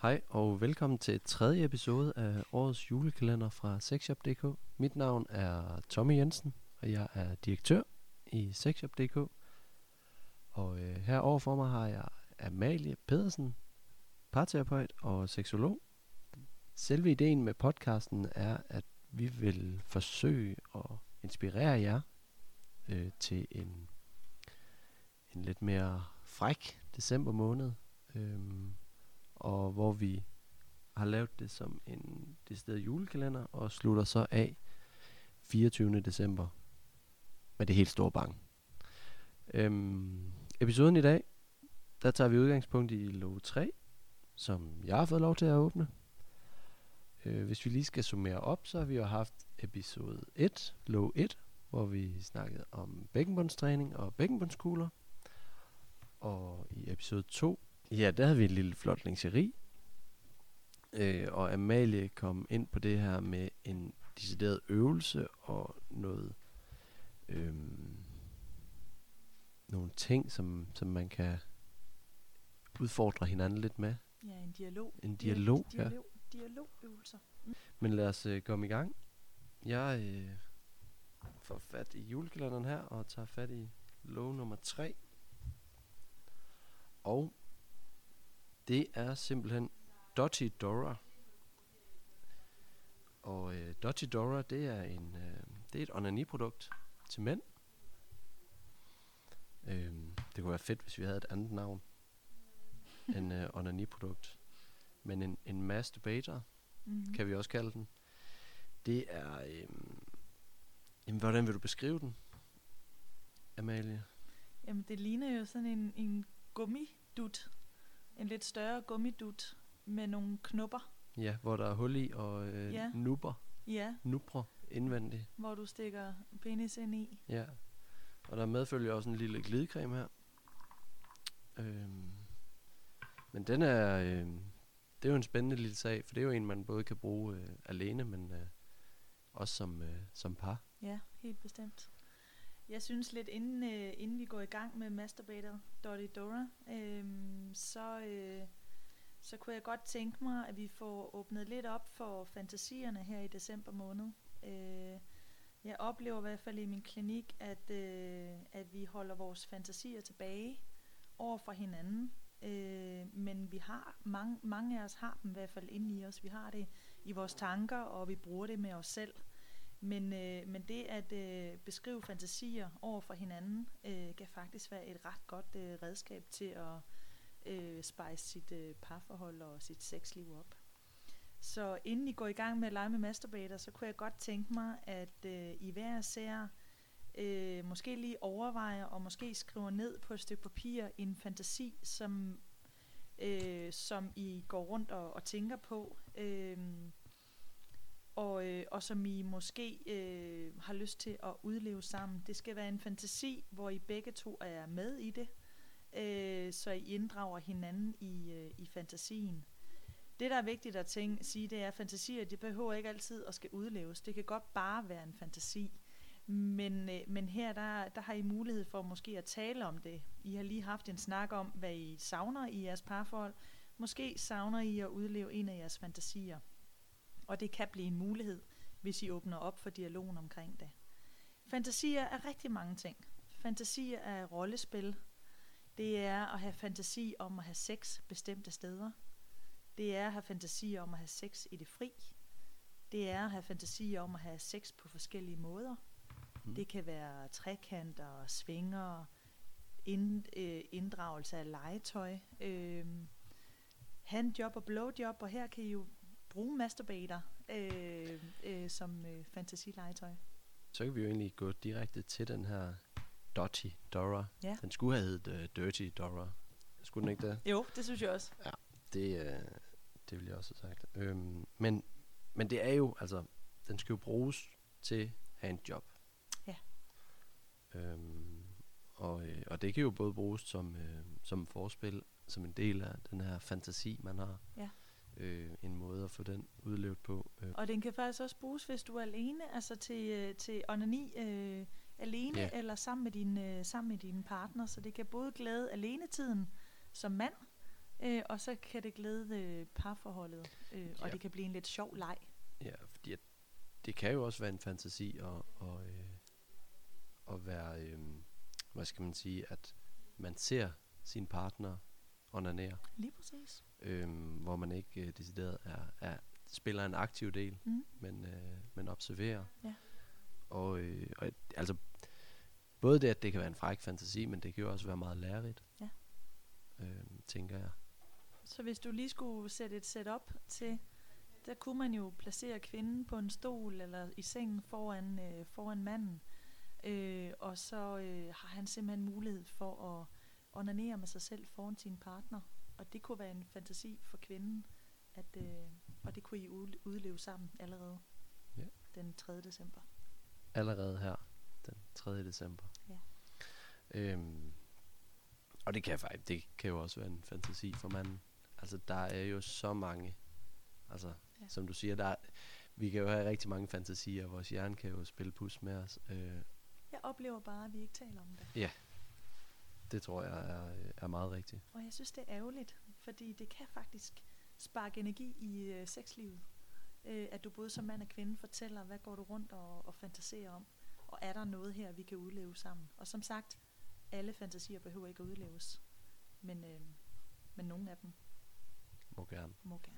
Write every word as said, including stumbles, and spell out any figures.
Hej og velkommen til tredje episode af årets julekalender fra sexshop punktum d k. Mit navn er Tommy Jensen, og jeg er direktør i sexshop punktum d k. Og øh, her overfor mig har jeg Amalie Pedersen, parterapeut og seksolog. Selve ideen med podcasten er, at vi vil forsøge at inspirere jer øh, til en, en lidt mere fræk december måned. Øhm, og hvor vi har lavet det som en decideret julekalender og slutter så af fireogtyvende december med det helt store bang. Øhm, episoden i dag, der tager vi udgangspunkt i låge tre, som jeg har fået lov til at åbne. Øh, hvis vi lige skal summere op, så har vi jo haft episode et, låge et, hvor vi snakkede om bækkenbundstræning og bækkenbundskugler. Og i episode to, ja, der havde vi et lille flot lingeri. Øh, og Amalie kom ind på det her med en decideret øvelse og noget, øhm, nogle ting, som, som man kan udfordre hinanden lidt med. Ja, en dialog. En dialog, ja. Dialog, dialogøvelser. Mm. Men lad os øh, komme i gang. Jeg øh, får fat i julekalenderen her og tager fat i låge nummer tre. Og det er simpelthen Dotty Dora. Og øh, Dotty Dora, det er en øh, det er et onani-produkt til mænd. Øhm, det kunne være fedt, hvis vi havde et andet navn end øh, onani-produkt. Men en, en masturbator, mm-hmm. kan vi også kalde den. Det er... Øh, jamen, hvordan vil du beskrive den, Amalie? Jamen, det ligner jo sådan en, en gummidut. En lidt større gummidut med nogle knopper. Ja, hvor der er hul i og øh, ja. nupper. Ja. Nupper indvendigt. Hvor du stikker penis ind i. Ja. Og der medfølger også en lille glidecreme her. Øhm. Men den er... Øh, det er jo en spændende lille sag, for det er jo en, man både kan bruge øh, alene, men øh, også som, øh, som par. Ja, helt bestemt. Jeg synes lidt, inden, øh, inden vi går i gang med Masturbator Dotty Dora, øh, så, øh, så kunne jeg godt tænke mig, at vi får åbnet lidt op for fantasierne her i december måned. Øh, jeg oplever i hvert fald i min klinik, at, øh, at vi holder vores fantasier tilbage over for hinanden. Øh, men vi har mange, mange af os har dem i hvert fald inde i os. Vi har det i vores tanker, og vi bruger det med os selv. Men, øh, men det at øh, beskrive fantasier over for hinanden øh, kan faktisk være et ret godt øh, redskab til at øh, spice sit øh, parforhold og sit sexliv op. Så inden I går i gang med at lege med Masturbator, så kunne jeg godt tænke mig, at øh, I hver især øh, måske lige overvejer og måske skriver ned på et stykke papir en fantasi, som, øh, som I går rundt og, og tænker på. Øh, Og, øh, og som I måske øh, har lyst til at udleve sammen. Det skal være en fantasi, hvor I begge to er med i det, øh, så I inddrager hinanden i, øh, i fantasien. Det, der er vigtigt at tænke, sige, det er, at fantasier, det behøver ikke altid at skal udleves. Det kan godt bare være en fantasi. Men, øh, men her, der, der har I mulighed for måske at tale om det. I har lige haft en snak om, hvad I savner i jeres parforhold. Måske savner I at udleve en af jeres fantasier. Og det kan blive en mulighed, hvis I åbner op for dialogen omkring det. Fantasier er rigtig mange ting. Fantasier er rollespil. Det er at have fantasi om at have sex bestemte steder. Det er at have fantasi om at have sex i det fri. Det er at have fantasi om at have sex på forskellige måder. Mm. Det kan være trekanter, svinger, ind, øh, inddragelse af legetøj, øh, handjob og blowjob, og her kan I jo bruge Masturbator øh, øh, som øh, fantasilegetøj. Så kan vi jo egentlig gå direkte til den her Dotty Dora. Ja. Den skulle have heddet uh, Dirty Dora. Skulle den ikke det? Jo, det synes jeg også. Ja, det, øh, det vil jeg også have sagt. Øhm, men, men det er jo, altså, den skal jo bruges til handjob. Ja. Øhm, og, øh, og det kan jo både bruges som, øh, som forspil, som en del af den her fantasi, man har. Ja. Øh, en måde at få den udlevet på. Øh. Og den kan faktisk også bruges, hvis du er alene, altså til, øh, til onani øh, alene, yeah. eller sammen med, din, øh, sammen med din partner. Så det kan både glæde alenetiden som mand, øh, og så kan det glæde øh, parforholdet, øh, og Ja. det kan blive en lidt sjov leg. Ja, fordi at det kan jo også være en fantasi at, og, øh, at være, øh, hvad skal man sige, at man ser sin partner onanere, Lige præcis. øh, hvor man ikke øh, decideret er, er, spiller en aktiv del, Mm. men, øh, men observerer. Ja. Og, øh, og altså, både det, at det kan være en fræk fantasi, men det kan jo også være meget lærerigt, Ja. øh, tænker jeg. Så hvis du lige skulle sætte et setup til, der kunne man jo placere kvinden på en stol eller i sengen foran, øh, foran manden. Øh, og så øh, har han simpelthen mulighed for at onanere med sig selv foran sin partner. Og det kunne være en fantasi for kvinden, at, øh, og det kunne I ud- udleve sammen allerede Ja. den tredje december. Allerede her, den tredje december. Ja. Øhm, og det kan faktisk, det kan jo også være en fantasi for manden. Altså, der er jo så mange, altså, Ja. som du siger, der er, vi kan jo have rigtig mange fantasier, vores hjerne kan jo spille pus med os. Øh, Jeg oplever bare, at vi ikke taler om det. det tror jeg er, er meget rigtigt. Og jeg synes, det er ærgerligt, fordi det kan faktisk sparke energi i øh, sexlivet. Øh, at du både som mand og kvinde fortæller, hvad går du rundt og, og fantaserer om. Og er der noget her, vi kan udleve sammen. Og som sagt, alle fantasier behøver ikke at udleves. Men, øh, men nogle af dem Må gerne. må gerne.